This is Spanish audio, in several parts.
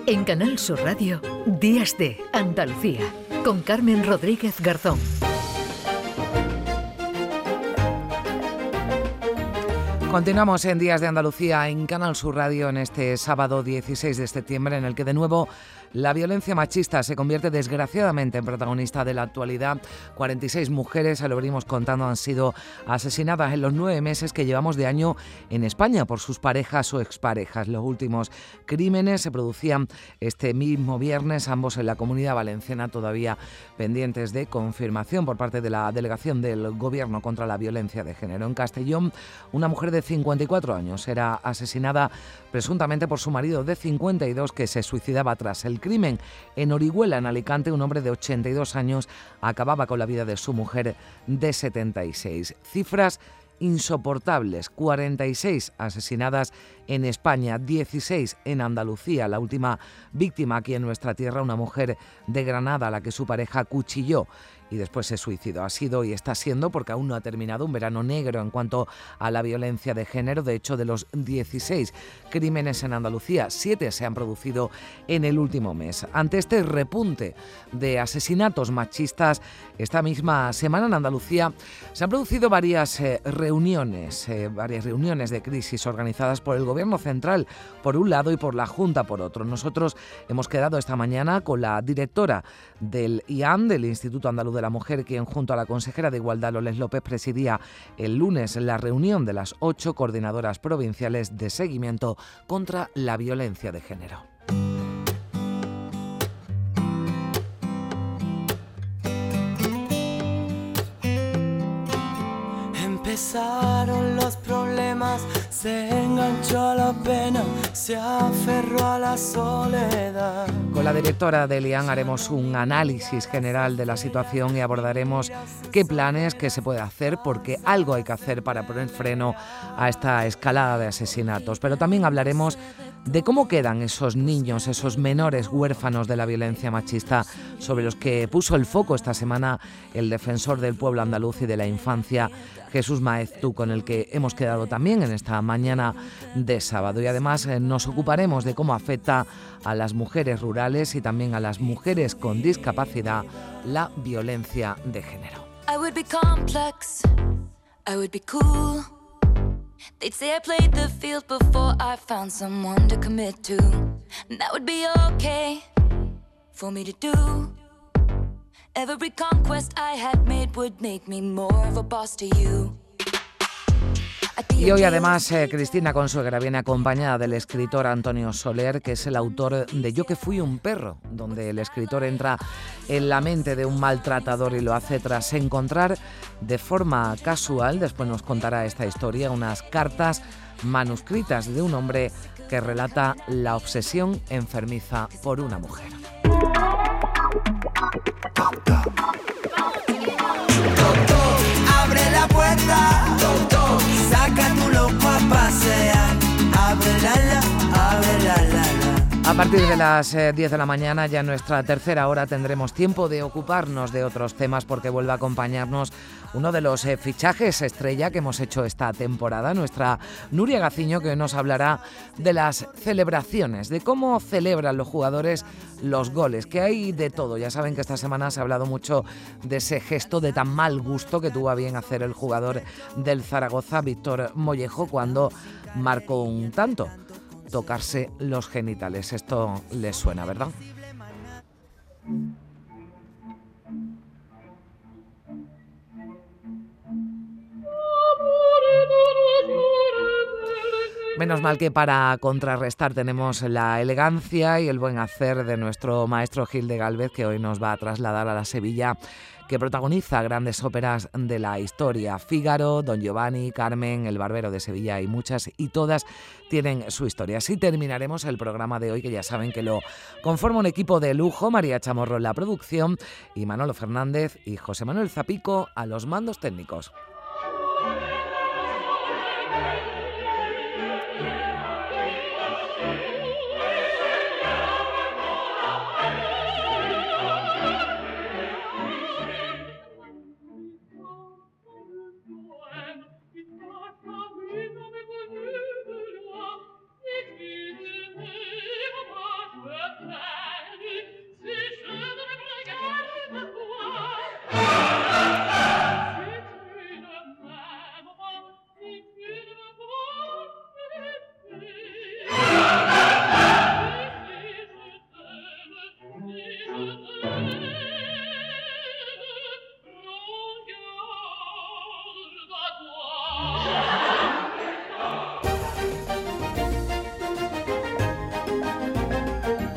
En Canal Sur Radio, Días de Andalucía, con Carmen Rodríguez Garzón. Continuamos en Días de Andalucía en Canal Sur Radio en este sábado 16 de septiembre, en el que de nuevo la violencia machista se convierte desgraciadamente en protagonista de la actualidad. 46 mujeres, se lo venimos contando, han sido asesinadas en los 9 meses que llevamos de año en España por sus parejas o exparejas. Los últimos crímenes se producían este mismo viernes, ambos en la Comunidad Valenciana, todavía pendientes de confirmación por parte de la Delegación del Gobierno contra la Violencia de Género. En Castellón, una mujer de 54 años era asesinada presuntamente por su marido de 52, que se suicidaba tras el crimen. En Orihuela, en Alicante, un hombre de 82 años acababa con la vida de su mujer de 76. Cifras insoportables: 46 asesinadas en España, 16 en Andalucía. La última víctima aquí en nuestra tierra, una mujer de Granada a la que su pareja acuchilló y después se suicidó. Ha sido y está siendo, porque aún no ha terminado, un verano negro en cuanto a la violencia de género. De hecho, de los 16 crímenes en Andalucía, 7 se han producido en el último mes. Ante este repunte de asesinatos machistas, esta misma semana en Andalucía se han producido varias reuniones de crisis organizadas por el Gobierno Central por un lado y por la Junta por otro. Nosotros hemos quedado esta mañana con la directora del IAN, del Instituto Andaluz de la Mujer, quien junto a la consejera de Igualdad, Loles López, presidía el lunes la reunión de las 8 coordinadoras provinciales de seguimiento contra la violencia de género. Empezaron los problemas, se enganchó a la pena, se aferró a la soledad. Con la directora del IAN haremos un análisis general de la situación y abordaremos qué planes, qué se puede hacer, porque algo hay que hacer para poner freno a esta escalada de asesinatos. Pero también hablaremos de cómo quedan esos niños, esos menores huérfanos de la violencia machista, sobre los que puso el foco esta semana el defensor del pueblo andaluz y de la infancia, Jesús Maeztu, con el que hemos quedado también en esta mañana de sábado. Y además nos ocuparemos de cómo afecta a las mujeres rurales y también a las mujeres con discapacidad la violencia de género. I would be complex, I would be cool. They'd say I played the field before I found someone to commit to. And that would be okay for me to do. Every conquest I had made would make me more of a boss to you. Y hoy además Cristina Consuegra viene acompañada del escritor Antonio Soler, que es el autor de Yo que fui un perro, donde el escritor entra en la mente de un maltratador y lo hace tras encontrar de forma casual, después nos contará esta historia, unas cartas manuscritas de un hombre que relata la obsesión enfermiza por una mujer. Abre la puerta, saca tu loco a pasear. A partir de las 10 de la mañana, ya en nuestra tercera hora, tendremos tiempo de ocuparnos de otros temas, porque vuelve a acompañarnos uno de los fichajes estrella que hemos hecho esta temporada, nuestra Nuria Gaciño, que hoy nos hablará de las celebraciones, de cómo celebran los jugadores los goles, que hay de todo. Ya saben que esta semana se ha hablado mucho de ese gesto de tan mal gusto que tuvo a bien hacer el jugador del Zaragoza, Víctor Mollejo, cuando marcó un tanto: tocarse los genitales. Esto les suena, ¿verdad? Menos mal que para contrarrestar tenemos la elegancia y el buen hacer de nuestro maestro Gil de Gálvez, que hoy nos va a trasladar a la Sevilla que protagoniza grandes óperas de la historia: Fígaro, Don Giovanni, Carmen, El Barbero de Sevilla y muchas, y todas tienen su historia. Así terminaremos el programa de hoy, que ya saben que lo conforma un equipo de lujo: María Chamorro en la producción y Manolo Fernández y José Manuel Zapico a los mandos técnicos.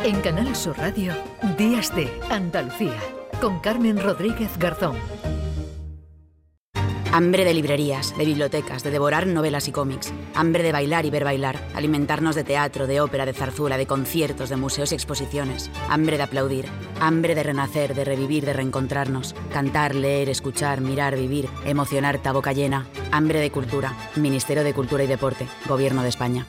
En Canal Sur Radio, Días de Andalucía, con Carmen Rodríguez Garzón. Hambre de librerías, de bibliotecas, de devorar novelas y cómics. Hambre de bailar y ver bailar. Alimentarnos de teatro, de ópera, de zarzuela, de conciertos, de museos y exposiciones. Hambre de aplaudir. Hambre de renacer, de revivir, de reencontrarnos. Cantar, leer, escuchar, mirar, vivir. Emocionarte a boca llena. Hambre de cultura. Ministerio de Cultura y Deporte. Gobierno de España.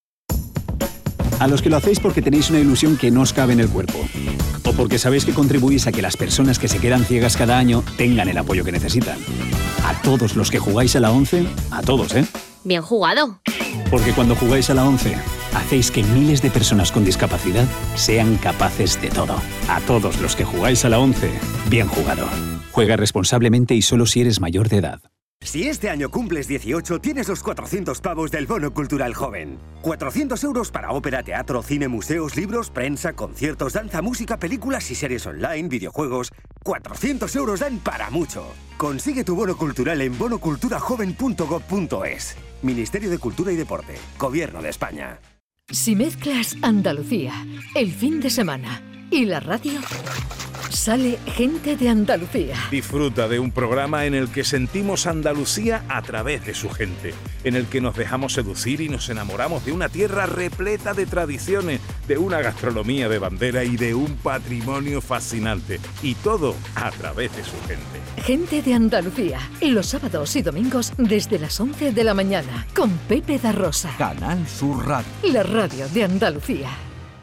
A los que lo hacéis porque tenéis una ilusión que no os cabe en el cuerpo. O porque sabéis que contribuís a que las personas que se quedan ciegas cada año tengan el apoyo que necesitan. A todos los que jugáis a la 11, a todos, ¿eh? Bien jugado. Porque cuando jugáis a la 11, hacéis que miles de personas con discapacidad sean capaces de todo. A todos los que jugáis a la 11, bien jugado. Juega responsablemente y solo si eres mayor de edad. Si este año cumples 18, tienes los 400 pavos del Bono Cultural Joven. 400 euros para ópera, teatro, cine, museos, libros, prensa, conciertos, danza, música, películas y series online, videojuegos. 400 euros dan para mucho. Consigue tu bono cultural en bonoculturajoven.gov.es. Ministerio de Cultura y Deporte. Gobierno de España. Si mezclas Andalucía, el fin de semana y la radio, sale Gente de Andalucía. Disfruta de un programa en el que sentimos Andalucía a través de su gente, en el que nos dejamos seducir y nos enamoramos de una tierra repleta de tradiciones, de una gastronomía de bandera y de un patrimonio fascinante. Y todo a través de su gente. Gente de Andalucía, los sábados y domingos desde las 11 de la mañana, con Pepe da Rosa. Canal Sur Radio. La radio de Andalucía.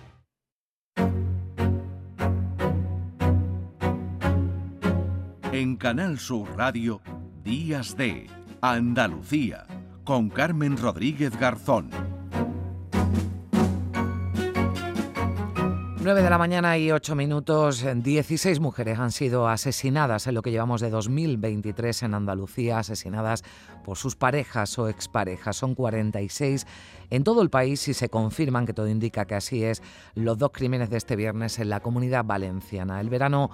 En Canal Sur Radio, Días de Andalucía, con Carmen Rodríguez Garzón. 9 de la mañana y 8 minutos. 16 mujeres han sido asesinadas en lo que llevamos de 2023 en Andalucía, asesinadas por sus parejas o exparejas. Son 46 en todo el país y se confirman, que todo indica que así es, los 2 crímenes de este viernes en la Comunidad Valenciana. El verano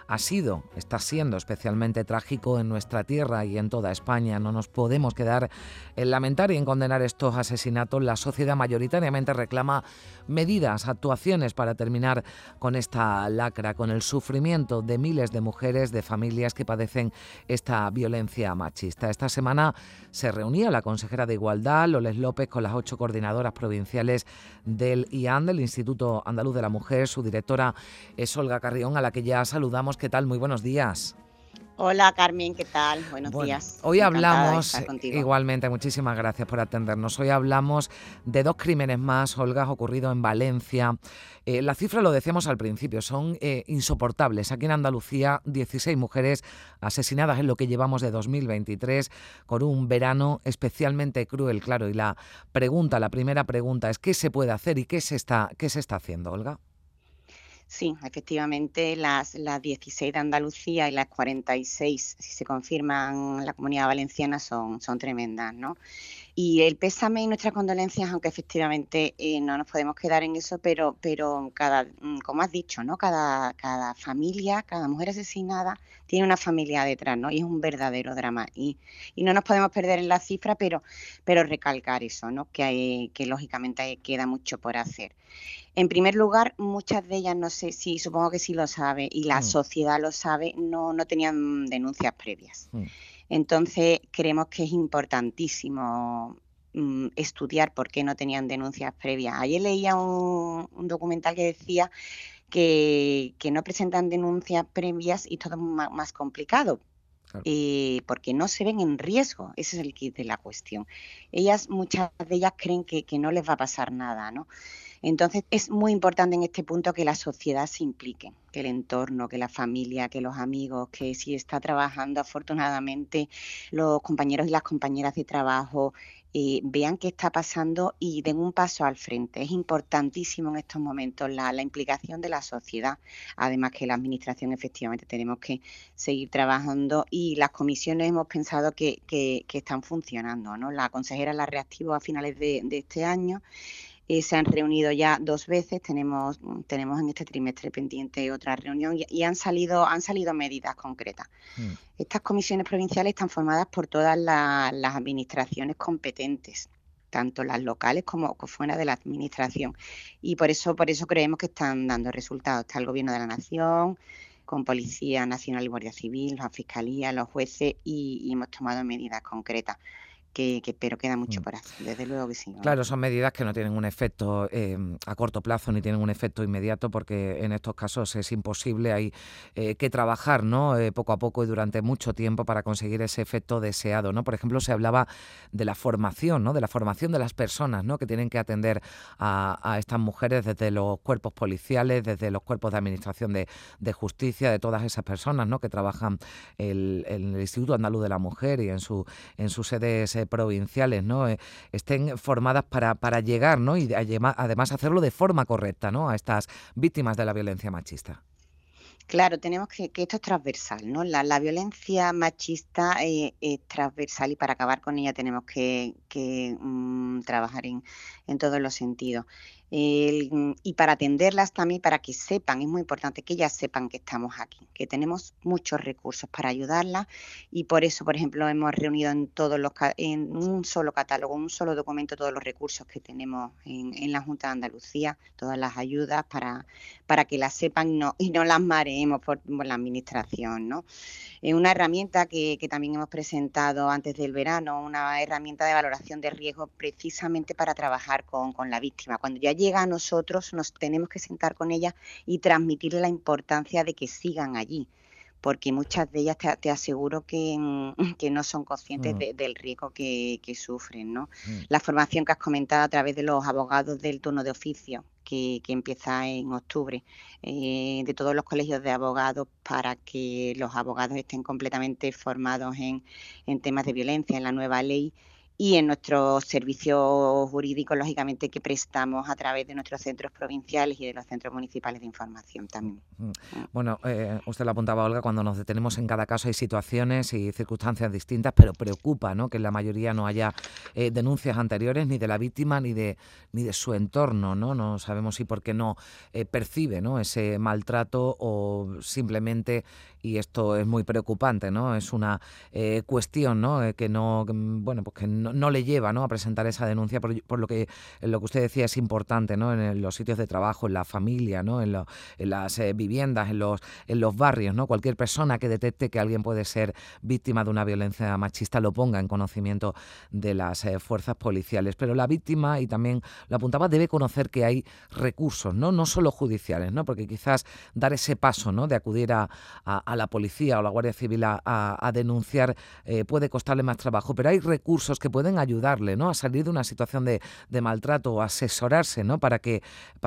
está siendo especialmente trágico en nuestra tierra y en toda España. No nos podemos quedar en lamentar y en condenar estos asesinatos. La sociedad mayoritariamente reclama medidas, actuaciones para terminar con esta lacra, con el sufrimiento de miles de mujeres, de familias que padecen esta violencia machista. Esta semana se reunía la consejera de Igualdad, Loles López, con las 8 coordinadoras provinciales del IAN, del Instituto Andaluz de la Mujer. Su directora es Olga Carrión, a la que ya saludamos. ¿Qué tal? Muy buenos días. Hola Carmen, ¿qué tal? Buenos días. Hoy hablamos, igualmente, muchísimas gracias por atendernos. Hoy hablamos de 2 crímenes más, Olga, ocurrido en Valencia. La cifra, lo decíamos al principio, son insoportables. Aquí en Andalucía, 16 mujeres asesinadas en lo que llevamos de 2023, con un verano especialmente cruel, claro. Y la primera pregunta es, ¿qué se puede hacer y qué se está haciendo, Olga? Sí, efectivamente, las 16 de Andalucía y las 46, si se confirman en la Comunidad Valenciana, son tremendas, ¿no? Y el pésame y nuestras condolencias, aunque efectivamente no nos podemos quedar en eso, pero como has dicho, ¿no? Cada familia, cada mujer asesinada tiene una familia detrás, ¿no? Y es un verdadero drama. Y no nos podemos perder en la cifra, pero recalcar eso, ¿no? Que lógicamente queda mucho por hacer. En primer lugar, muchas de ellas, no sé si, supongo que sí lo sabe, y la sociedad lo sabe, no tenían denuncias previas. Entonces, creemos que es importantísimo estudiar por qué no tenían denuncias previas. Ayer leía un documental que decía que no presentan denuncias previas y todo es más complicado. Claro. Porque no se ven en riesgo, ese es el kit de la cuestión. Muchas de ellas creen que no les va a pasar nada, ¿no? Entonces es muy importante en este punto que la sociedad se implique, que el entorno, que la familia, que los amigos, que si está trabajando, afortunadamente los compañeros y las compañeras de trabajo vean qué está pasando y den un paso al frente. Es importantísimo en estos momentos la implicación de la sociedad, además que la administración efectivamente tenemos que seguir trabajando y las comisiones hemos pensado que están funcionando, ¿no? La consejera la reactivó a finales de este año. Se han reunido ya 2 veces, tenemos en este trimestre pendiente otra reunión y han salido medidas concretas. Estas comisiones provinciales están formadas por todas las administraciones competentes tanto las locales como fuera de la administración. Y por eso creemos que están dando resultados. Está el Gobierno de la Nación, con Policía Nacional y Guardia Civil, la Fiscalía, los jueces, y hemos tomado medidas concretas. Pero queda mucho por hacer, desde luego que sí. Claro, son medidas que no tienen un efecto a corto plazo ni tienen un efecto inmediato, porque en estos casos es imposible, hay que trabajar, ¿no? Poco a poco y durante mucho tiempo para conseguir ese efecto deseado, ¿no? Por ejemplo, se hablaba de la formación, ¿no? De la formación de las personas, ¿no? Que tienen que atender a estas mujeres desde los cuerpos policiales, desde los cuerpos de administración de justicia, de todas esas personas, ¿no? Que trabajan en el Instituto Andaluz de la Mujer y en sus sedes provinciales, ¿no? Estén formadas para llegar, ¿no? Y además hacerlo de forma correcta, ¿no? A estas víctimas de la violencia machista. Claro, tenemos que esto es transversal, ¿no? La violencia machista es transversal, y para acabar con ella tenemos que trabajar en todos los sentidos. Y para atenderlas también, para que sepan, es muy importante que ellas sepan que estamos aquí, que tenemos muchos recursos para ayudarlas, y por eso, por ejemplo, hemos reunido en un solo catálogo, un solo documento, todos los recursos que tenemos en la Junta de Andalucía, todas las ayudas para que las sepan y no las mareemos por la administración, ¿no? Es una herramienta que también hemos presentado antes del verano, una herramienta de valoración de riesgo precisamente para trabajar con la víctima. Cuando ya llega a nosotros, nos tenemos que sentar con ella y transmitirle la importancia de que sigan allí, porque muchas de ellas te aseguro que no son conscientes del riesgo que sufren, ¿no? La formación que has comentado a través de los abogados del turno de oficio, que empieza en octubre, de todos los colegios de abogados, para que los abogados estén completamente formados en temas de violencia, en la nueva ley, y en nuestros servicios jurídicos, lógicamente, que prestamos a través de nuestros centros provinciales y de los centros municipales de información también. Bueno, usted lo apuntaba, Olga, cuando nos detenemos en cada caso hay situaciones y circunstancias distintas, pero preocupa, ¿no?, que en la mayoría no haya denuncias anteriores ni de la víctima ni de su entorno, ¿no? No sabemos si porque no percibe, ¿no?, ese maltrato, o simplemente, y esto es muy preocupante, ¿no?, es una cuestión, ¿no?, que no, bueno, pues que no le lleva, ¿no?, a presentar esa denuncia, por lo que usted decía es importante, ¿no?, en los sitios de trabajo, en la familia, ¿no?, en las viviendas, en los barrios, ¿no? Cualquier persona que detecte que alguien puede ser víctima de una violencia machista lo ponga en conocimiento de las fuerzas policiales. Pero la víctima, y también lo apuntaba, debe conocer que hay recursos, no solo judiciales, ¿no? Porque quizás dar ese paso, ¿no?, de acudir a la policía o la Guardia Civil a denunciar puede costarle más trabajo, pero hay recursos que pueden ayudarle, ¿no?, a salir de una situación de maltrato, o asesorarse, ¿no?, para que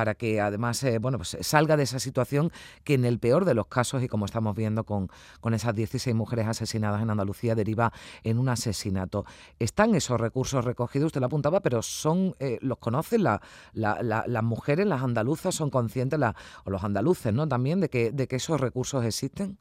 además pues salga de esa situación que en el peor de los casos, y como estamos viendo con esas 16 mujeres asesinadas en Andalucía, deriva en un asesinato. Están esos recursos recogidos, usted lo apuntaba, pero los conocen las mujeres, las andaluzas, son conscientes, o los andaluces, ¿no?, también de que esos recursos existen.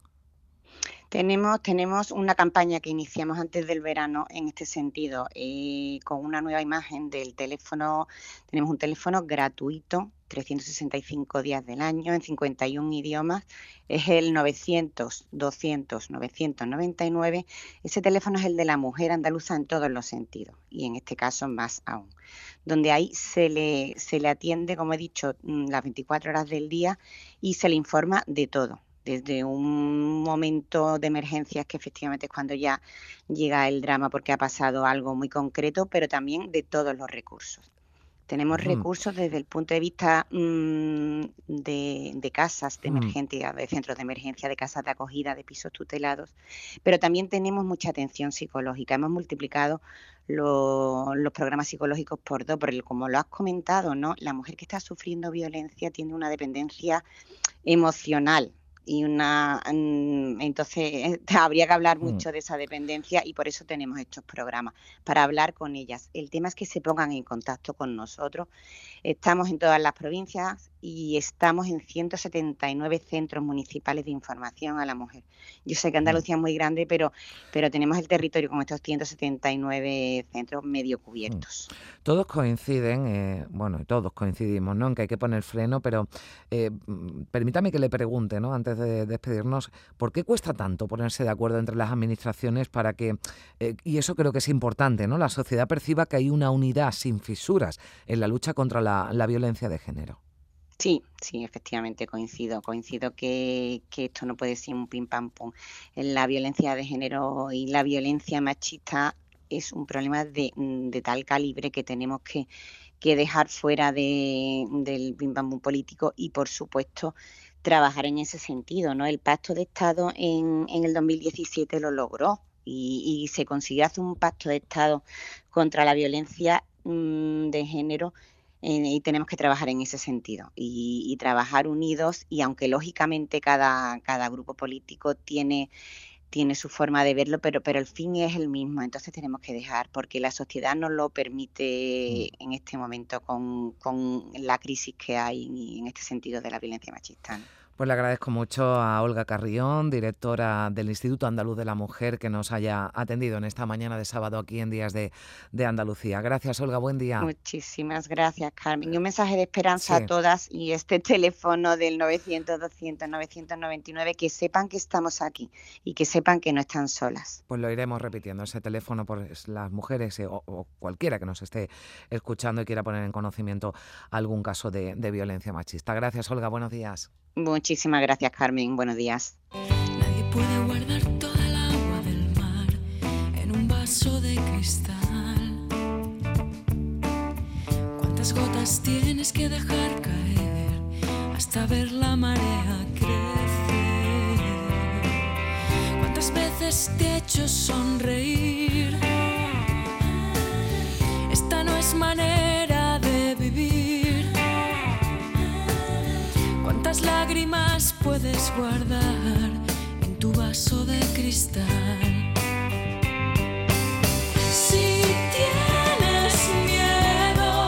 Tenemos una campaña que iniciamos antes del verano en este sentido, con una nueva imagen del teléfono. Tenemos un teléfono gratuito, 365 días del año, en 51 idiomas, es el 900-200-999. Ese teléfono es el de la mujer andaluza en todos los sentidos, y en este caso más aún, donde ahí se le atiende, como he dicho, las 24 horas del día, y se le informa de todo. Desde un momento de emergencias, que efectivamente es cuando ya llega el drama porque ha pasado algo muy concreto, pero también de todos los recursos. Tenemos recursos desde el punto de vista de casas de emergencia, de centros de emergencia, de casas de acogida, de pisos tutelados, pero también tenemos mucha atención psicológica. Hemos multiplicado los programas psicológicos por 2, porque como lo has comentado, ¿no?, la mujer que está sufriendo violencia tiene una dependencia emocional, y entonces habría que hablar mucho de esa dependencia, y por eso tenemos estos programas, para hablar con ellas. El tema es que se pongan en contacto con nosotros. Estamos en todas las provincias y estamos en 179 centros municipales de información a la mujer. Yo sé que Andalucía es muy grande, pero tenemos el territorio con estos 179 centros medio cubiertos. Todos coinciden, todos coincidimos, ¿no?, en que hay que poner freno, pero permítame que le pregunte, ¿no?, antes de despedirnos, ¿por qué cuesta tanto ponerse de acuerdo entre las administraciones para que, y eso creo que es importante, ¿no?, la sociedad perciba que hay una unidad sin fisuras en la lucha contra la violencia de género? Sí, sí, efectivamente coincido que esto no puede ser un pim pam pum. La violencia de género y la violencia machista es un problema de tal calibre que tenemos que dejar fuera del pim pam pum político y, por supuesto, trabajar en ese sentido, ¿no? El Pacto de Estado en el 2017 lo logró y se consiguió hacer un Pacto de Estado contra la violencia de género, y tenemos que trabajar en ese sentido y trabajar unidos, y aunque lógicamente cada grupo político tiene su forma de verlo, pero el fin es el mismo. Entonces tenemos que dejar, porque la sociedad no lo permite en este momento con la crisis que hay en este sentido de la violencia machista, ¿no? Pues le agradezco mucho a Olga Carrión, directora del Instituto Andaluz de la Mujer, que nos haya atendido en esta mañana de sábado aquí en Días de Andalucía. Gracias, Olga, buen día. Muchísimas gracias, Carmen. Y un mensaje de esperanza a todas, y este teléfono del 900-200-999, que sepan que estamos aquí y que sepan que no están solas. Pues lo iremos repitiendo, ese teléfono, por las mujeres o cualquiera que nos esté escuchando y quiera poner en conocimiento algún caso de violencia machista. Gracias, Olga, buenos días. Muchísimas gracias, Carmen. Buenos días. Nadie puede guardar toda el agua del mar en un vaso de cristal. ¿Cuántas gotas tienes que dejar caer hasta ver la marea crecer? ¿Cuántas veces te he hecho sonreír? Esta no es manera de vivir. ¿Cuántas lágrimas puedes guardar en tu vaso de cristal? Si tienes miedo,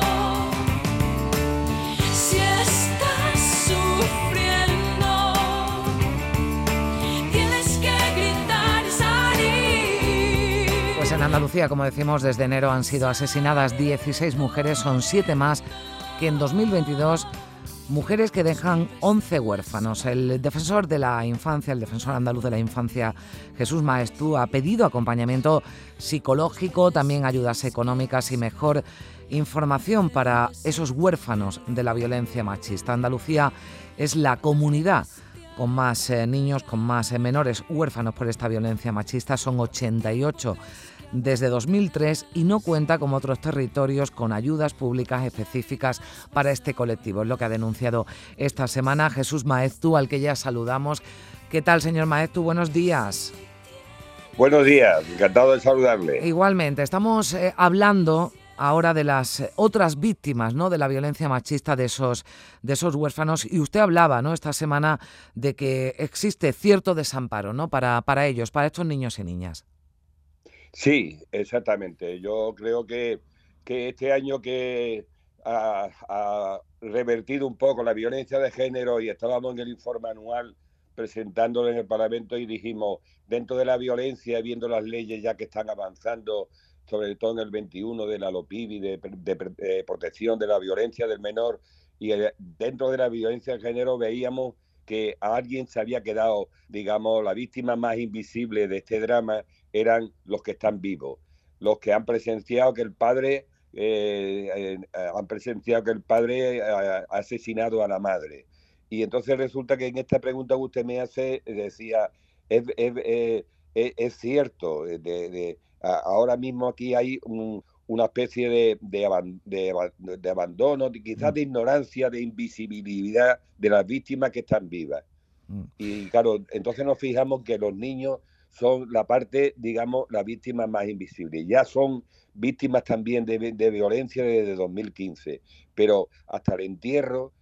si estás sufriendo, tienes que gritar y salir. Pues en Andalucía, como decimos, desde enero han sido asesinadas 16 mujeres, son 7 más que en 2022. Mujeres que dejan 11 huérfanos. El defensor de la infancia, el defensor andaluz de la infancia, Jesús Maeztu, ha pedido acompañamiento psicológico, también ayudas económicas y mejor información para esos huérfanos de la violencia machista. Andalucía es la comunidad con más niños, con más menores huérfanos por esta violencia machista. Son 88 desde 2003 y no cuenta, como otros territorios, con ayudas públicas específicas para este colectivo. Es lo que ha denunciado esta semana Jesús Maeztu, al que ya saludamos. ¿Qué tal, señor Maeztu? Buenos días. Buenos días, encantado de saludarle. Igualmente, estamos hablando ahora de las otras víctimas, ¿no?, de la violencia machista de esos huérfanos, y usted hablaba, ¿no?, esta semana de que existe cierto desamparo, ¿no?, para ellos, para estos niños y niñas. Sí, exactamente. Yo creo que este año que ha revertido un poco la violencia de género, y estábamos en el informe anual presentándolo en el Parlamento, y dijimos, dentro de la violencia, viendo las leyes ya que están avanzando, sobre todo en el 21 de la LOPIVI, de protección de la violencia del menor, y dentro de la violencia de género veíamos que a alguien se había quedado, digamos, la víctima más invisible de este drama eran los que están vivos, los que han presenciado que el padre ha asesinado a la madre. Y entonces resulta que en esta pregunta que usted me hace, decía, es cierto, ahora mismo aquí hay una especie de abandono, quizás de ignorancia, de invisibilidad de las víctimas que están vivas. Y claro, entonces nos fijamos que los niños son la parte, digamos, la víctima más invisible. Ya son víctimas también de violencia desde 2015, pero hasta el entierro,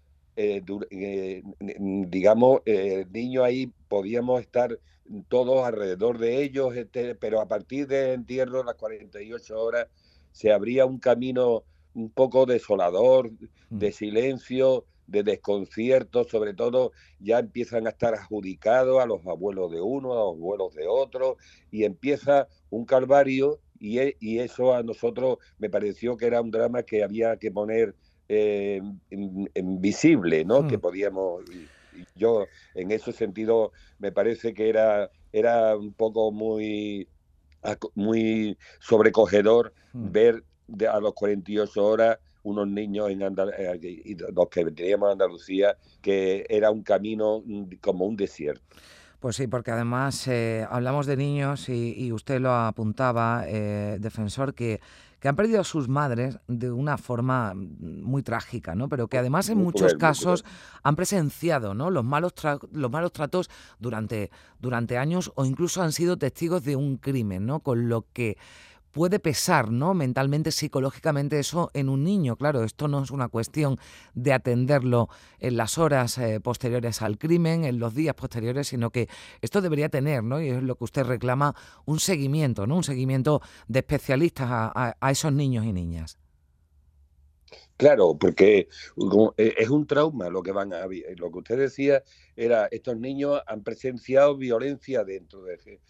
digamos, el niño ahí podíamos estar todos alrededor de ellos, pero a partir del entierro, las 48 horas, se abría un camino un poco desolador, de silencio, de desconcierto. Sobre todo ya empiezan a estar adjudicados a los abuelos de uno, a los abuelos de otro, y empieza un calvario, y eso a nosotros me pareció que era un drama que había que poner visible, ¿no? Que podíamos... yo en ese sentido me parece que era un poco muy sobrecogedor ver a los 48 horas unos niños y los que teníamos en Andalucía, que era un camino como un desierto. Pues sí, porque además hablamos de niños y usted lo apuntaba, defensor, que han perdido a sus madres de una forma muy trágica, ¿no? Pero que además en muchos casos han presenciado, ¿no?, los malos tratos durante años, o incluso han sido testigos de un crimen, ¿no? Con lo que puede pesar, ¿no?, mentalmente, psicológicamente, eso en un niño. Claro, esto no es una cuestión de atenderlo en las horas posteriores al crimen, en los días posteriores, sino que esto debería tener, ¿no?, y es lo que usted reclama, un seguimiento, ¿no?, un seguimiento de especialistas a esos niños y niñas. Claro, porque es un trauma lo que lo que usted decía era, estos niños han presenciado violencia dentro de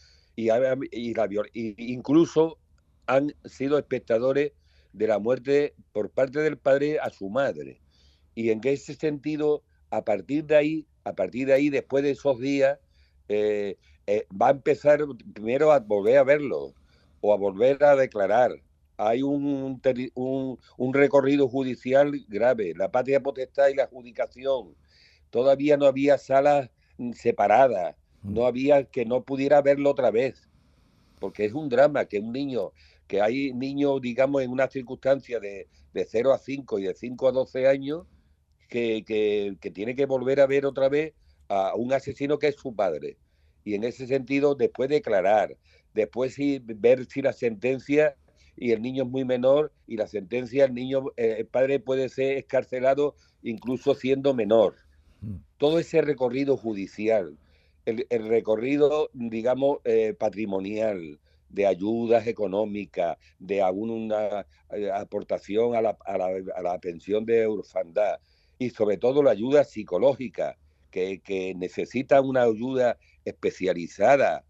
y incluso han sido espectadores de la muerte por parte del padre a su madre. Y en ese sentido, a partir de ahí, después de esos días, va a empezar primero a volver a verlo o a volver a declarar. Hay un recorrido judicial grave, la patria potestad y la adjudicación. Todavía no había salas separadas, no había que no pudiera verlo otra vez, porque es un drama que un niño, que hay niños, digamos, en una circunstancia de 0 a 5 y de 5 a 12 años, que tiene que volver a ver otra vez a un asesino que es su padre. Y en ese sentido, después declarar, después sí ver si la sentencia, y el niño es muy menor, y la sentencia, el padre puede ser excarcelado incluso siendo menor. Todo ese recorrido judicial, el recorrido, digamos, patrimonial, de ayudas económicas, de alguna aportación a la pensión de orfandad, y sobre todo la ayuda psicológica, que necesita una ayuda especializada,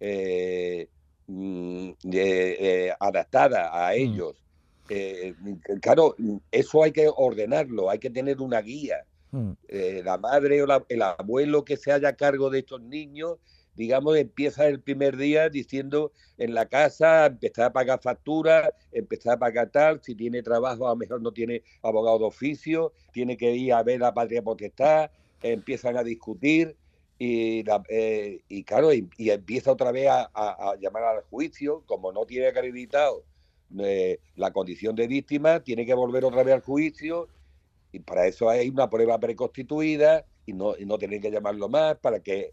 adaptada a ellos. Claro, eso hay que ordenarlo, hay que tener una guía. La madre o el abuelo que se haga cargo de estos niños, digamos, empieza el primer día diciendo en la casa, empezar a pagar facturas, empezar a pagar tal, si tiene trabajo a lo mejor no tiene abogado de oficio, tiene que ir a ver la patria potestad, empiezan a discutir y claro, y empieza otra vez a llamar al juicio, como no tiene acreditado la condición de víctima, tiene que volver otra vez al juicio, y para eso hay una prueba preconstituida y no tienen que llamarlo más, para que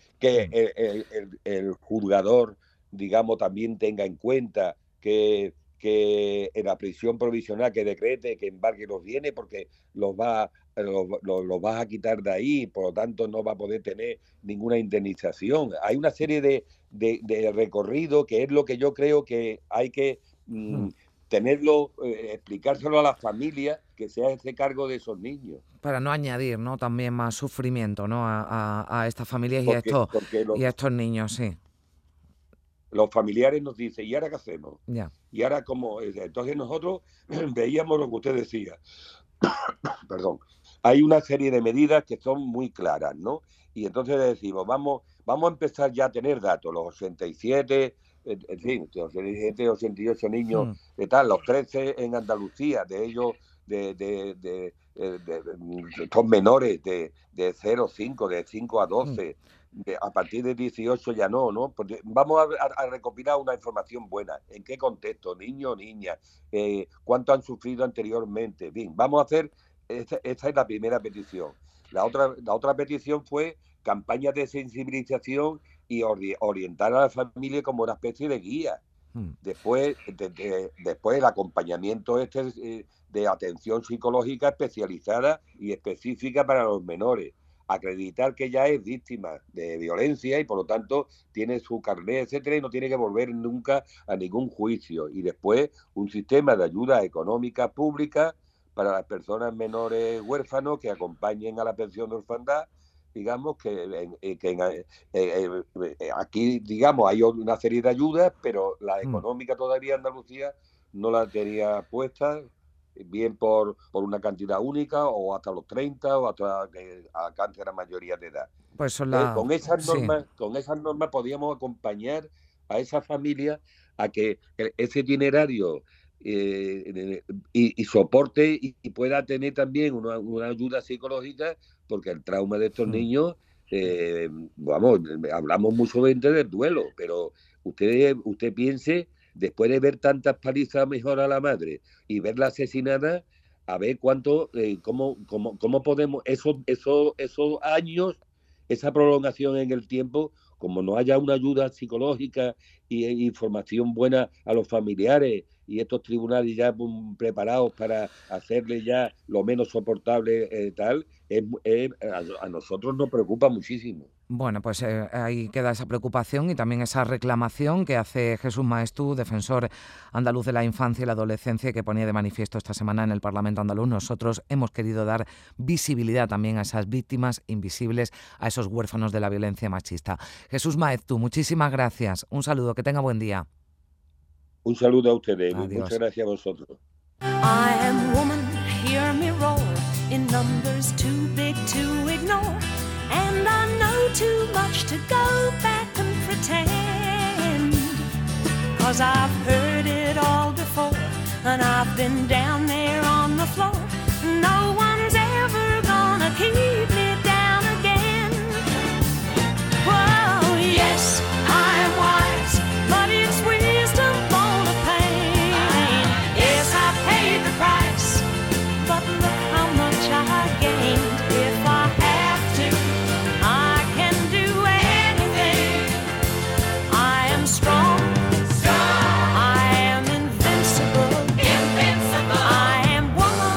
el juzgador, digamos, también tenga en cuenta que en la prisión provisional que decrete que embargue los bienes, porque los vas a quitar de ahí, por lo tanto no va a poder tener ninguna indemnización. Hay una serie de recorrido que es lo que yo creo que hay que tenerlo, explicárselo a las familias, que se hace cargo de esos niños. Para no añadir, ¿no?, también más sufrimiento, ¿no?, a estas familias y a estos niños, sí. Los familiares nos dicen, ¿y ahora qué hacemos? Ya. ¿Y ahora cómo? Entonces nosotros veíamos lo que usted decía. Perdón. Hay una serie de medidas que son muy claras, ¿no? Y entonces decimos, vamos a empezar ya a tener datos, los 87, en fin, 87, 88 niños de tal, los 13 en Andalucía, de ellos son menores de 0 a 5, de 5 a 12, a partir de 18 ya no, porque vamos a recopilar una información buena. ¿En qué contexto? Niño o niña, cuánto han sufrido anteriormente. Bien, vamos a hacer, esta es la primera petición. La otra petición fue campañas de sensibilización y orientar a la familia como una especie de guía. Después el acompañamiento de atención psicológica especializada y específica para los menores. Acreditar que ya es víctima de violencia y por lo tanto tiene su carnet, etcétera, y no tiene que volver nunca a ningún juicio. Y después un sistema de ayuda económica pública para las personas menores huérfanos que acompañen a la pensión de orfandad. Digamos que aquí, digamos, hay una serie de ayudas, pero la económica todavía Andalucía no la tenía puesta. bien por una cantidad única o hasta los 30 o hasta que alcance la mayoría de edad. Pues Con esas normas podíamos acompañar a esa familia a que ese itinerario y soporte y pueda tener también una ayuda psicológica, porque el trauma de estos niños, hablamos mucho del duelo, pero usted piense, después de ver tantas palizas mejor a la madre y verla asesinada, a ver cuánto, cómo podemos, esos años, esa prolongación en el tiempo, como no haya una ayuda psicológica y información buena a los familiares y estos tribunales ya preparados para hacerle ya lo menos soportable a nosotros nos preocupa muchísimo. Bueno, pues ahí queda esa preocupación y también esa reclamación que hace Jesús Maestú, defensor andaluz de la infancia y la adolescencia, que ponía de manifiesto esta semana en el Parlamento andaluz. Nosotros hemos querido dar visibilidad también a esas víctimas invisibles, a esos huérfanos de la violencia machista. Jesús Maestú, muchísimas gracias. Un saludo, que tenga buen día. Un saludo a ustedes. Adiós. Muchas gracias a vosotros. I am woman, hear me roar, in numbers too big to ignore. And I know too much to go back and pretend, 'cause I've heard it all before, and I've been down there on the floor. No one's ever gonna keep me down again. Whoa, yes, I'm wise, but it's wisdom born of pain. Yes, I paid the price, but look how much I gained. If I have to, I can do anything. I am strong, I am invincible, I am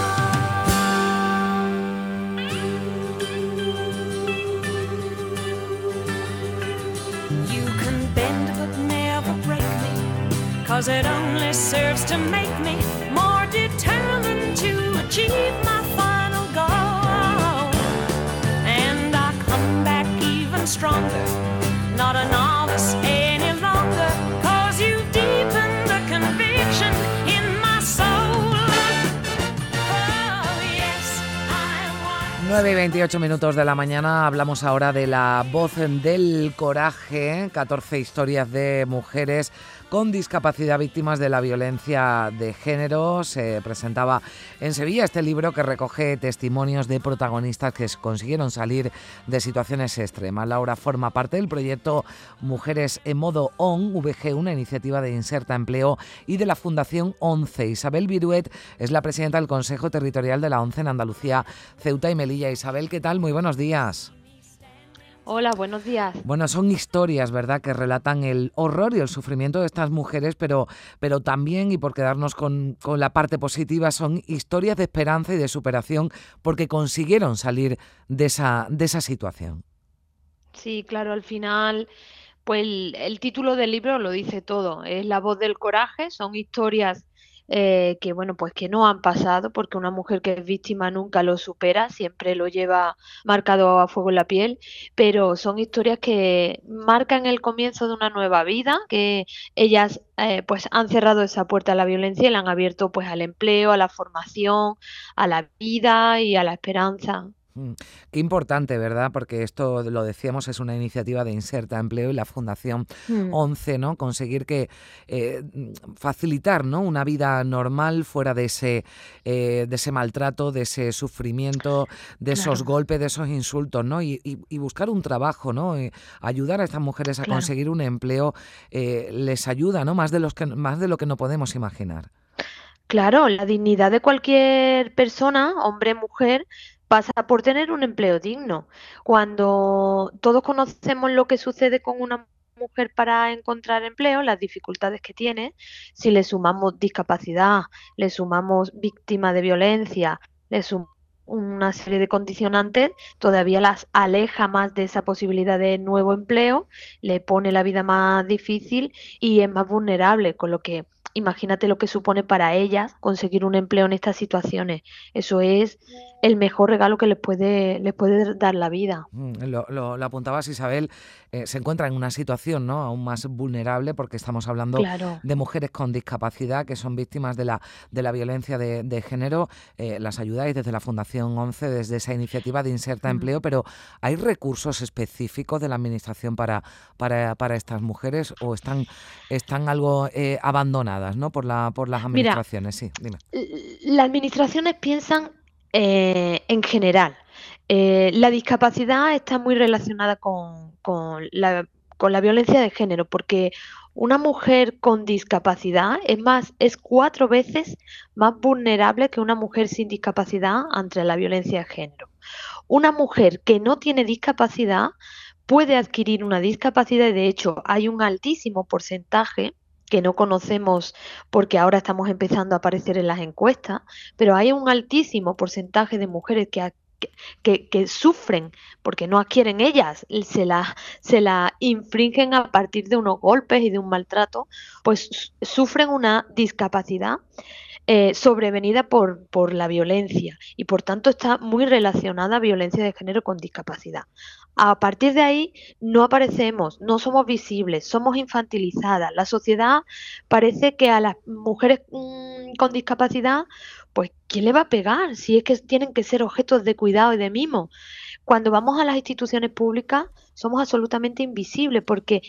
woman. You can bend but never break me, 'cause it only serves to make me more determined to achieve my final goal. And I come back even stronger, not a novice any longer, 'cause you've deepened the conviction in my soul. Oh, yes, I am wise. 9:28 de la mañana, hablamos ahora de la voz del coraje, 14 historias de mujeres con discapacidad víctimas de la violencia de género. Se presentaba en Sevilla este libro que recoge testimonios de protagonistas que consiguieron salir de situaciones extremas. Laura forma parte del proyecto Mujeres en Modo ON, VG, una iniciativa de Inserta Empleo, y de la Fundación ONCE. Isabel Viruet es la presidenta del Consejo Territorial de la ONCE en Andalucía, Ceuta y Melilla. Isabel, ¿qué tal? Muy buenos días. Hola, buenos días. Bueno, son historias, ¿verdad?, que relatan el horror y el sufrimiento de estas mujeres, pero también, y por quedarnos con la parte positiva, son historias de esperanza y de superación porque consiguieron salir de esa situación. Sí, claro, al final, pues el título del libro lo dice todo. Es la voz del coraje, son historias que, bueno, pues que no han pasado, porque una mujer que es víctima nunca lo supera, siempre lo lleva marcado a fuego en la piel, pero son historias que marcan el comienzo de una nueva vida, que ellas pues han cerrado esa puerta a la violencia y la han abierto pues al empleo, a la formación, a la vida y a la esperanza. Qué importante, ¿verdad? Porque esto, lo decíamos, es una iniciativa de Inserta Empleo y la Fundación ONCE, ¿no? Conseguir que facilitar, ¿no?, una vida normal fuera de ese maltrato, de ese sufrimiento, de esos golpes, de esos insultos, ¿no? Y buscar un trabajo, ¿no? Ayudar a estas mujeres a conseguir un empleo les ayuda, ¿no? Más de lo que no podemos imaginar. Claro, la dignidad de cualquier persona, hombre, mujer, pasa por tener un empleo digno. Cuando todos conocemos lo que sucede con una mujer para encontrar empleo, las dificultades que tiene, si le sumamos discapacidad, le sumamos víctima de violencia, le sumamos una serie de condicionantes, todavía las aleja más de esa posibilidad de nuevo empleo, le pone la vida más difícil y es más vulnerable, con lo que imagínate lo que supone para ellas conseguir un empleo en estas situaciones. Eso es el mejor regalo que les puede dar la vida. Lo apuntabas, Isabel, se encuentra en una situación, ¿no?, aún más vulnerable, porque estamos hablando Claro. de mujeres con discapacidad que son víctimas de la violencia de género. Las ayudáis desde la Fundación 11, desde esa iniciativa de Inserta Empleo, pero ¿hay recursos específicos de la Administración para estas mujeres o están algo abandonadas, ¿no?, por las administraciones? Sí, dime. Las administraciones piensan en general. La discapacidad está muy relacionada con la violencia de género, porque una mujer con discapacidad es 4 veces más vulnerable que una mujer sin discapacidad ante la violencia de género. Una mujer que no tiene discapacidad puede adquirir una discapacidad y, de hecho, hay un altísimo porcentaje que no conocemos porque ahora estamos empezando a aparecer en las encuestas, pero hay un altísimo porcentaje de mujeres que sufren porque no adquieren ellas, se la infringen a partir de unos golpes y de un maltrato, pues sufren una discapacidad sobrevenida por la violencia, y por tanto está muy relacionada violencia de género con discapacidad. A partir de ahí no aparecemos, no somos visibles, somos infantilizadas. La sociedad parece que a las mujeres con discapacidad, pues ¿quién le va a pegar? Si es que tienen que ser objetos de cuidado y de mimo. Cuando vamos a las instituciones públicas somos absolutamente invisibles porque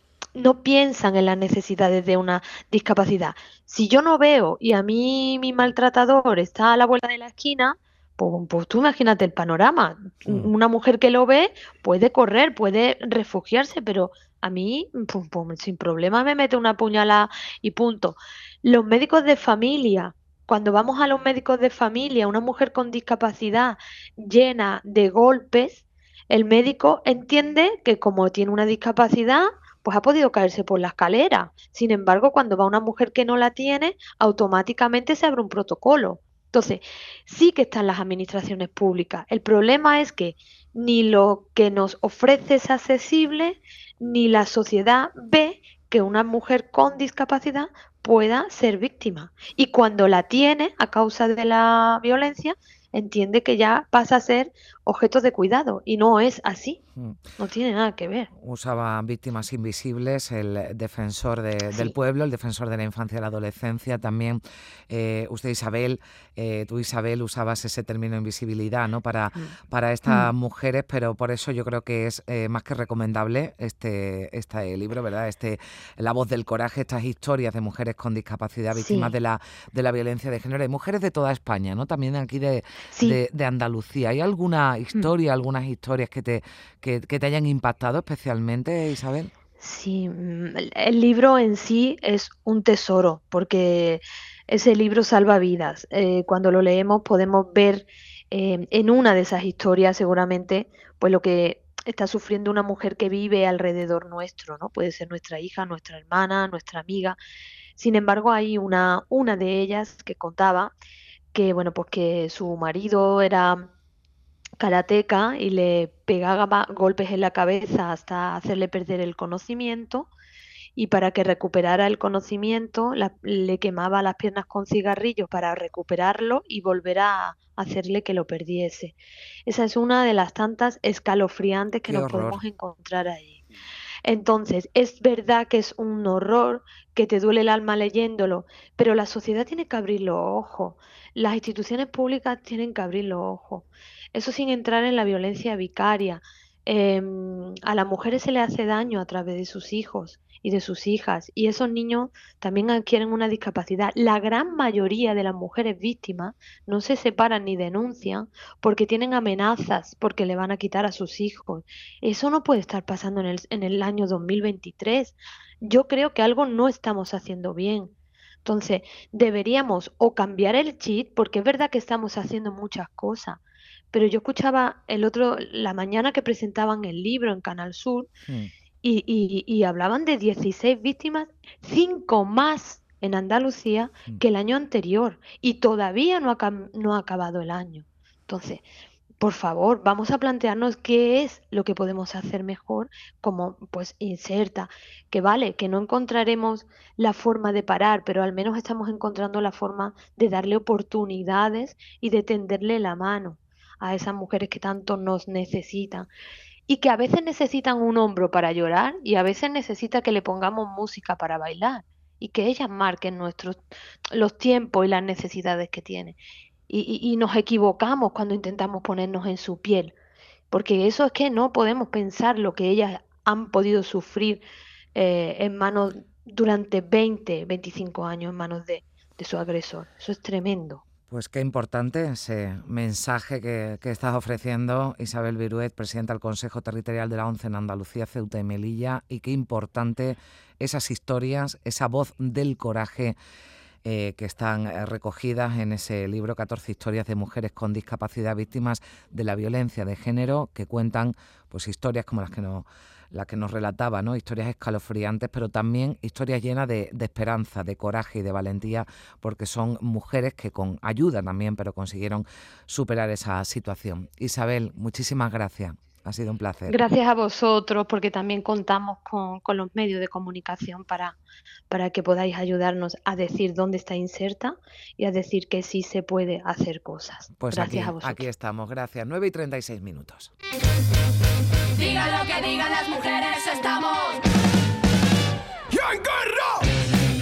no piensan en las necesidades de una discapacidad. Si yo no veo y a mí mi maltratador está a la vuelta de la esquina, pues tú imagínate el panorama. Una mujer que lo ve puede correr, puede refugiarse, pero a mí pues, sin problema me mete una puñalada y punto. Los médicos de familia, cuando vamos a los médicos de familia, una mujer con discapacidad llena de golpes, el médico entiende que como tiene una discapacidad, pues ha podido caerse por la escalera. Sin embargo, cuando va una mujer que no la tiene, automáticamente se abre un protocolo. Entonces, sí que están las administraciones públicas. El problema es que ni lo que nos ofrece es accesible, ni la sociedad ve que una mujer con discapacidad pueda ser víctima. Y cuando la tiene, a causa de la violencia, entiende que ya pasa a ser objeto de cuidado, y no es así. No tiene nada que ver. Usaba víctimas invisibles, el defensor del pueblo, el defensor de la infancia y la adolescencia. También usted, Isabel, tú, Isabel, usabas ese término invisibilidad, ¿no?, para estas mujeres, pero por eso yo creo que es más que recomendable este libro, ¿verdad? La voz del coraje, estas historias de mujeres con discapacidad, víctimas de la violencia de género, y mujeres de toda España, ¿no?, también aquí de Andalucía. ¿Hay alguna historia, algunas historias que te hayan impactado especialmente, Isabel? Sí, el libro en sí es un tesoro, porque ese libro salva vidas. Cuando lo leemos podemos ver en una de esas historias seguramente pues lo que está sufriendo una mujer que vive alrededor nuestro, ¿no? Puede ser nuestra hija, nuestra hermana, nuestra amiga. Sin embargo, hay una de ellas que contaba que, bueno, pues que su marido era karateca y le pegaba golpes en la cabeza hasta hacerle perder el conocimiento, y para que recuperara el conocimiento le quemaba las piernas con cigarrillos para recuperarlo y volver a hacerle que lo perdiese. Esa es una de las tantas escalofriantes que nos podemos encontrar ahí. Entonces, es verdad que es un horror, que te duele el alma leyéndolo, pero la sociedad tiene que abrir los ojos, las instituciones públicas tienen que abrir los ojos. Eso sin entrar en la violencia vicaria. A las mujeres se les hace daño a través de sus hijos y de sus hijas, y esos niños también adquieren una discapacidad. La gran mayoría de las mujeres víctimas no se separan ni denuncian porque tienen amenazas, porque le van a quitar a sus hijos. Eso no puede estar pasando en el año 2023. Yo creo que algo no estamos haciendo bien. Entonces, deberíamos o cambiar el chip, porque es verdad que estamos haciendo muchas cosas, pero yo escuchaba la mañana que presentaban el libro en Canal Sur y hablaban de 16 víctimas, 5 más en Andalucía que el año anterior, y todavía no ha acabado el año. Entonces, por favor, vamos a plantearnos qué es lo que podemos hacer mejor, como pues inserta, que vale, que no encontraremos la forma de parar, pero al menos estamos encontrando la forma de darle oportunidades y de tenderle la mano a esas mujeres que tanto nos necesitan y que a veces necesitan un hombro para llorar y a veces necesita que le pongamos música para bailar y que ellas marquen los tiempos y las necesidades que tienen. Y nos equivocamos cuando intentamos ponernos en su piel, porque eso es que no podemos pensar lo que ellas han podido sufrir en manos durante 20, 25 años en manos de su agresor. Eso es tremendo. Pues qué importante ese mensaje que estás ofreciendo, Isabel Viruet, presidenta del Consejo Territorial de la ONCE en Andalucía, Ceuta y Melilla, y qué importante esas historias, esa voz del coraje que están recogidas en ese libro, 14 historias de mujeres con discapacidad víctimas de la violencia de género, que cuentan pues historias como la que nos relataba, ¿no? Historias escalofriantes, pero también historias llenas de esperanza, de coraje y de valentía, porque son mujeres que con ayuda también, pero consiguieron superar esa situación. Isabel, muchísimas gracias. Ha sido un placer. Gracias a vosotros, porque también contamos con los medios de comunicación para que podáis ayudarnos a decir dónde está inserta y a decir que sí se puede hacer cosas. Pues gracias a vosotros. Aquí estamos, gracias. 9:36. Digan lo que digan las mujeres, estamos en guerra.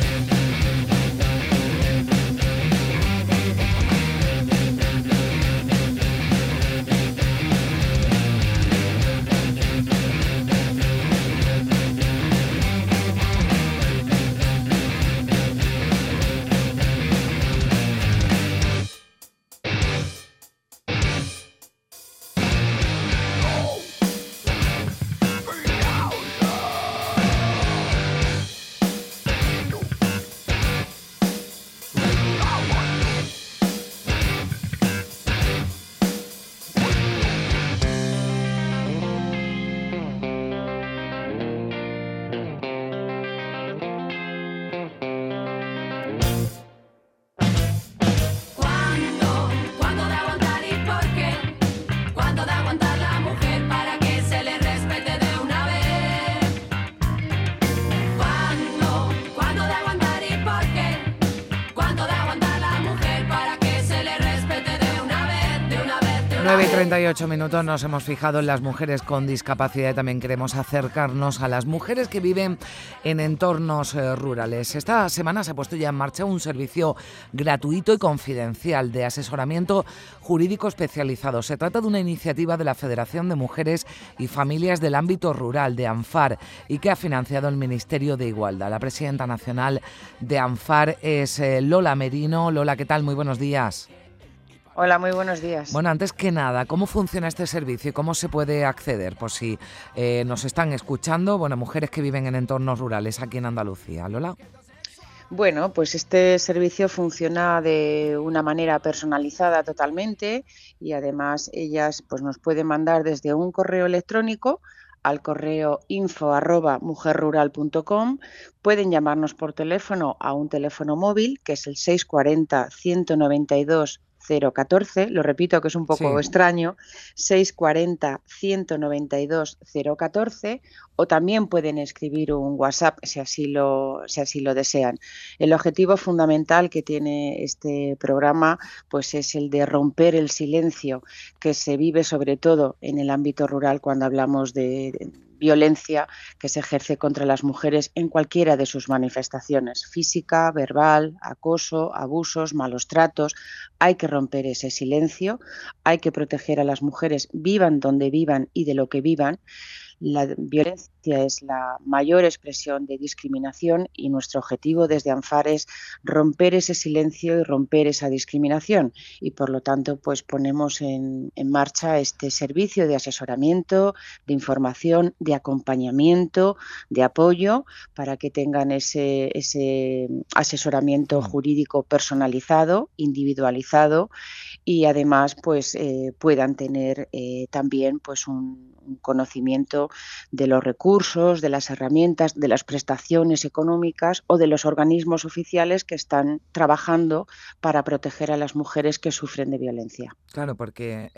Nueve y 38 minutos, nos hemos fijado en las mujeres con discapacidad y también queremos acercarnos a las mujeres que viven en entornos rurales. Esta semana se ha puesto ya en marcha un servicio gratuito y confidencial de asesoramiento jurídico especializado. Se trata de una iniciativa de la Federación de Mujeres y Familias del Ámbito Rural, de ANFAR, y que ha financiado el Ministerio de Igualdad. La presidenta nacional de ANFAR es Lola Merino. Lola, ¿qué tal? Muy buenos días. Hola, muy buenos días. Bueno, antes que nada, ¿cómo funciona este servicio y cómo se puede acceder? Por si nos están escuchando, bueno, mujeres que viven en entornos rurales aquí en Andalucía. Lola. Bueno, pues este servicio funciona de una manera personalizada totalmente y además ellas pues nos pueden mandar desde un correo electrónico al correo info@mujerrural.com. Pueden llamarnos por teléfono a un teléfono móvil que es el 640 192 014, lo repito que es un poco extraño, 640 192 014, o también pueden escribir un WhatsApp si así lo desean. El objetivo fundamental que tiene este programa pues es el de romper el silencio que se vive sobre todo en el ámbito rural cuando hablamos de violencia que se ejerce contra las mujeres en cualquiera de sus manifestaciones, física, verbal, acoso, abusos, malos tratos. Hay que romper ese silencio, hay que proteger a las mujeres, vivan donde vivan y de lo que vivan. La violencia es la mayor expresión de discriminación y nuestro objetivo desde ANFAR es romper ese silencio y romper esa discriminación y por lo tanto pues ponemos en marcha este servicio de asesoramiento, de información, de acompañamiento, de apoyo para que tengan ese asesoramiento jurídico personalizado, individualizado y además pues puedan tener también pues un conocimiento uso de los recursos, de las herramientas, de las prestaciones económicas o de los organismos oficiales que están trabajando para proteger a las mujeres que sufren de violencia. Claro, porque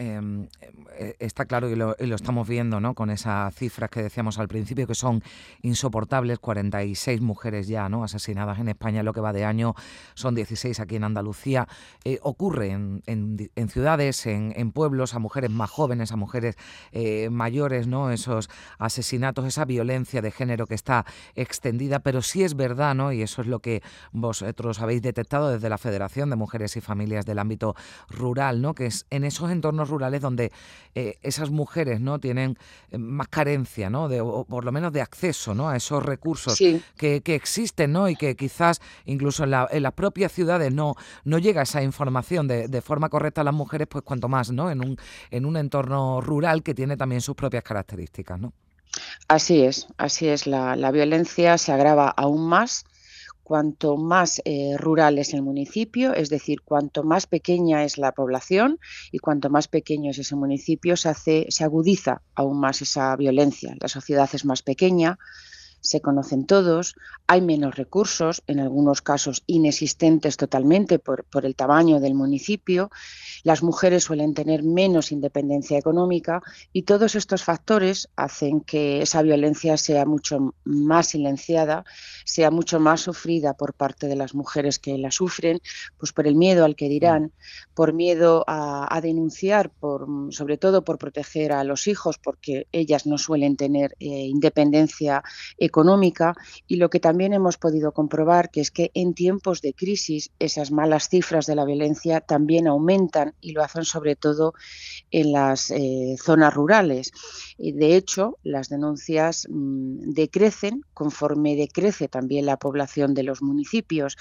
está claro y lo estamos viendo, ¿no? Con esas cifras que decíamos al principio que son insoportables, 46 mujeres ya, ¿no? asesinadas en España en lo que va de año, son 16 aquí en Andalucía. Ocurre en ciudades, en pueblos, a mujeres más jóvenes, a mujeres mayores, ¿no? Esos asesinatos, esa violencia de género que está extendida, pero sí es verdad, ¿no? Y eso es lo que vosotros habéis detectado desde la Federación de Mujeres y Familias del ámbito rural, ¿no? Que es en esos entornos rurales donde esas mujeres, ¿no? tienen más carencia, ¿no? o por lo menos de acceso, ¿no? a esos recursos sí. que existen, ¿no? y que quizás incluso en las propias ciudades no llega esa información de forma correcta a las mujeres, pues cuanto más, ¿no? en un entorno rural que tiene también sus propias características, ¿no? Así es. La violencia se agrava aún más cuanto más rural es el municipio, es decir, cuanto más pequeña es la población y cuanto más pequeño es ese municipio, se agudiza aún más esa violencia. La sociedad es más pequeña, se conocen todos, hay menos recursos, en algunos casos inexistentes totalmente por el tamaño del municipio, las mujeres suelen tener menos independencia económica y todos estos factores hacen que esa violencia sea mucho más silenciada, sea mucho más sufrida por parte de las mujeres que la sufren, pues por el miedo al que dirán, por miedo a denunciar, sobre todo por proteger a los hijos, porque ellas no suelen tener independencia económica, y lo que también hemos podido comprobar que es que en tiempos de crisis esas malas cifras de la violencia también aumentan y lo hacen sobre todo en las zonas rurales. De hecho, las denuncias decrecen conforme decrece también la población de los municipios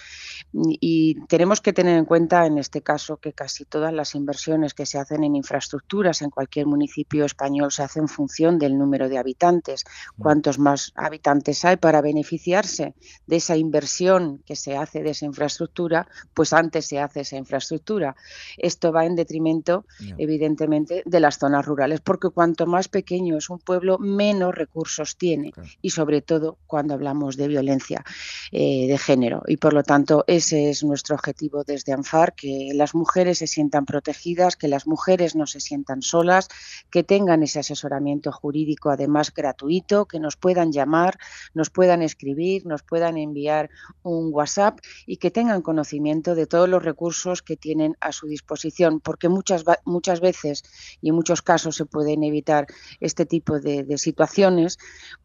y tenemos que tener en cuenta en este caso que casi todas las inversiones que se hacen en infraestructuras en cualquier municipio español se hacen en función del número de habitantes. Cuantos más habitantes hay para beneficiarse de esa inversión que se hace de esa infraestructura, pues antes se hace esa infraestructura. Esto va en detrimento, evidentemente, de las zonas rurales, porque cuanto más pequeño es un pueblo, menos recursos tiene, y sobre todo cuando hablamos de violencia de género. Y por lo tanto, ese es nuestro objetivo desde ANFAR, que las mujeres se sientan protegidas, que las mujeres no se sientan solas, que tengan ese asesoramiento jurídico, además gratuito, que nos puedan llamar, nos puedan escribir, nos puedan enviar un WhatsApp y que tengan conocimiento de todos los recursos que tienen a su disposición, porque muchas veces y en muchos casos se pueden evitar este tipo de situaciones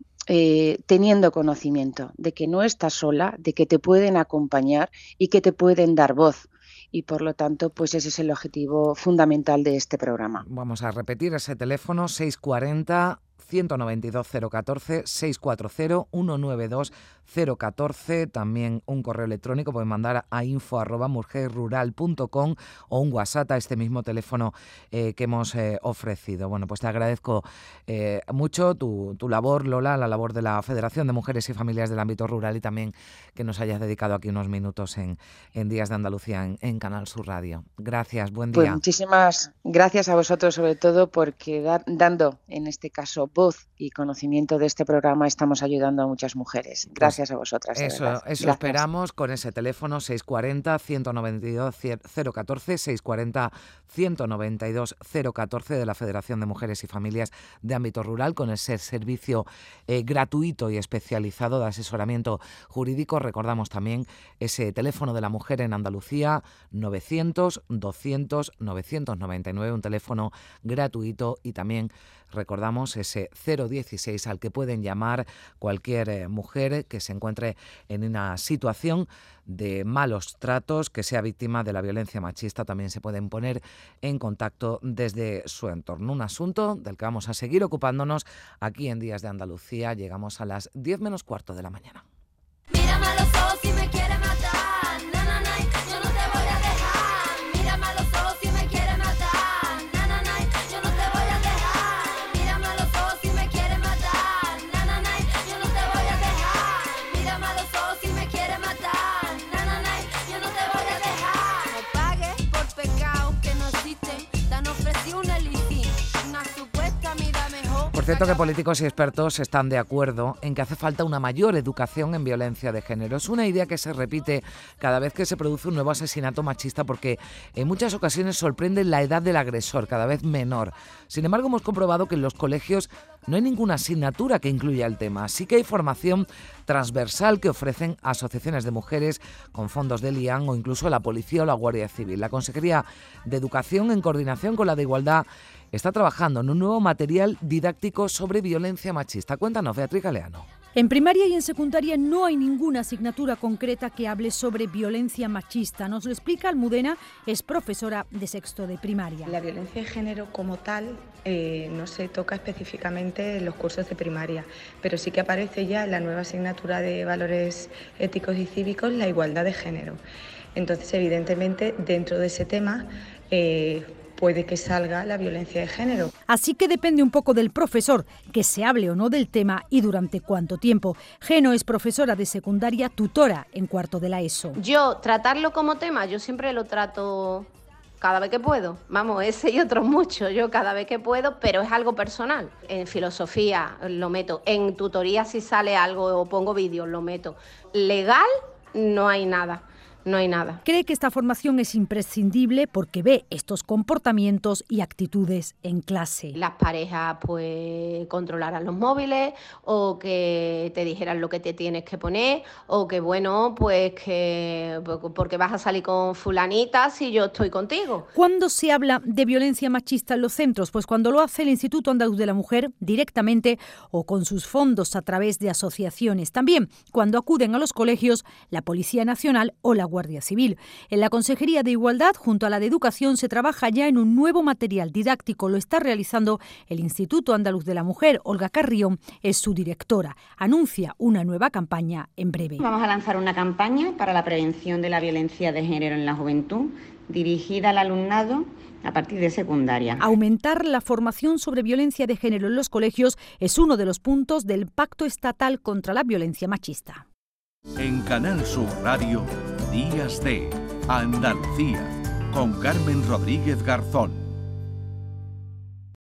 teniendo conocimiento de que no estás sola, de que te pueden acompañar y que te pueden dar voz. Y por lo tanto, pues ese es el objetivo fundamental de este programa. Vamos a repetir ese teléfono 640 192 014, 640 192 014, también un correo electrónico, pueden mandar a info@mujerrural.com o un WhatsApp a este mismo teléfono que hemos ofrecido. Bueno, pues te agradezco mucho tu labor, Lola, la labor de la Federación de Mujeres y Familias del Ámbito Rural y también que nos hayas dedicado aquí unos minutos en Días de Andalucía en Canal Sur Radio. Gracias, buen día. Pues muchísimas gracias a vosotros, sobre todo porque dando, en este caso, voz y conocimiento de este programa, estamos ayudando a muchas mujeres. Gracias a vosotras. Eso esperamos con ese teléfono 640 192 014, 640 192 014 de la Federación de Mujeres y Familias de Ámbito Rural, con ese servicio gratuito y especializado de asesoramiento jurídico. Recordamos también ese teléfono de la mujer en Andalucía, 900 200 999, un teléfono gratuito, y también recordamos ese 016 al que pueden llamar cualquier mujer que se encuentre en una situación de malos tratos, que sea víctima de la violencia machista. También se pueden poner en contacto desde su entorno. Un asunto del que vamos a seguir ocupándonos aquí en Días de Andalucía. Llegamos a las 10 menos cuarto de la mañana. Mírame a los ojos si me quieres matar. Na, na, na, yo no te voy a dejar. Mírame a los ojos si me quieres matar. Na, na, na, yo no te voy a dejar. Mírame a los ojos si me quieres matar. Na, na, na, yo no te voy a dejar. Mírame a los ojos si me quieres matar. Na, na, na, yo no te voy a dejar. No pagues por pecados que no existen. Te han ofrecido un elixir, una supuesta vida mejor. Por Por cierto que políticos y expertos están de acuerdo en que hace falta una mayor educación en violencia de género. Es una idea que se repite cada vez que se produce un nuevo asesinato machista porque en muchas ocasiones sorprende la edad del agresor, cada vez menor. Sin embargo, hemos comprobado que en los colegios no hay ninguna asignatura que incluya el tema. Sí que hay formación transversal que ofrecen asociaciones de mujeres con fondos del IAN o incluso la Policía o la Guardia Civil. La Consejería de Educación, en coordinación con la de Igualdad, está trabajando en un nuevo material didáctico sobre violencia machista. Cuéntanos, Beatriz Galeano. En primaria y en secundaria no hay ninguna asignatura concreta que hable sobre violencia machista. Nos lo explica Almudena, es profesora de sexto de primaria. La violencia de género como tal no se toca específicamente en los cursos de primaria, pero sí que aparece ya en la nueva asignatura de valores éticos y cívicos la igualdad de género. Entonces, evidentemente, dentro de ese tema puede que salga la violencia de género. Así que depende un poco del profesor que se hable o no del tema y durante cuánto tiempo. Geno es profesora de secundaria, tutora en cuarto de la ESO. Yo tratarlo como tema, yo siempre lo trato cada vez que puedo. Vamos, ese y otros muchos, yo cada vez que puedo, pero es algo personal. En filosofía lo meto, en tutoría si sale algo o pongo vídeos lo meto. Legal no hay nada. No hay nada. Cree que esta formación es imprescindible porque ve estos comportamientos y actitudes en clase. Las parejas pues controlaran los móviles o que te dijeran lo que te tienes que poner o que bueno, pues que porque vas a salir con fulanita si yo estoy contigo. ¿Cuándo se habla de violencia machista en los centros? Pues cuando lo hace el Instituto Andaluz de la Mujer directamente o con sus fondos a través de asociaciones. También cuando acuden a los colegios la Policía Nacional o la Guardia Civil. En la Consejería de Igualdad, junto a la de Educación, se trabaja ya en un nuevo material didáctico. Lo está realizando el Instituto Andaluz de la Mujer. Olga Carrión es su directora. Anuncia una nueva campaña en breve. Vamos a lanzar una campaña para la prevención de la violencia de género en la juventud, dirigida al alumnado a partir de secundaria. Aumentar la formación sobre violencia de género en los colegios es uno de los puntos del Pacto Estatal contra la Violencia Machista. En Canal Sur Radio, Días de Andalucía, con Carmen Rodríguez Garzón.